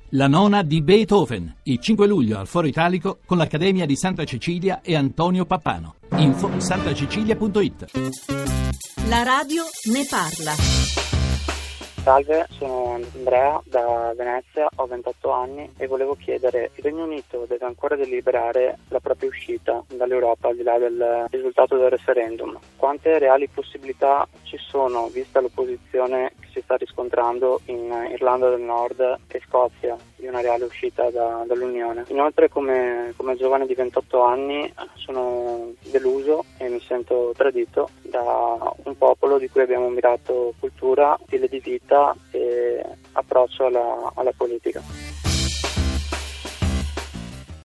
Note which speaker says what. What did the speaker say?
Speaker 1: La nona di Beethoven, il 5 luglio al Foro Italico con l'Accademia di Santa Cecilia e Antonio Pappano. Info santacecilia.it.
Speaker 2: La radio ne parla.
Speaker 3: Salve, sono Andrea da Venezia, ho 28 anni e volevo chiedere: il Regno Unito deve ancora deliberare la propria uscita dall'Europa al di là del risultato del referendum. Quante reali possibilità ci sono, vista l'opposizione che si sta riscontrando in Irlanda del Nord e Scozia, di una reale uscita dall'Unione? Inoltre, come giovane di 28 anni sono deluso e mi sento tradito da un popolo di cui abbiamo mirato cultura, stile di vita e approccio alla politica.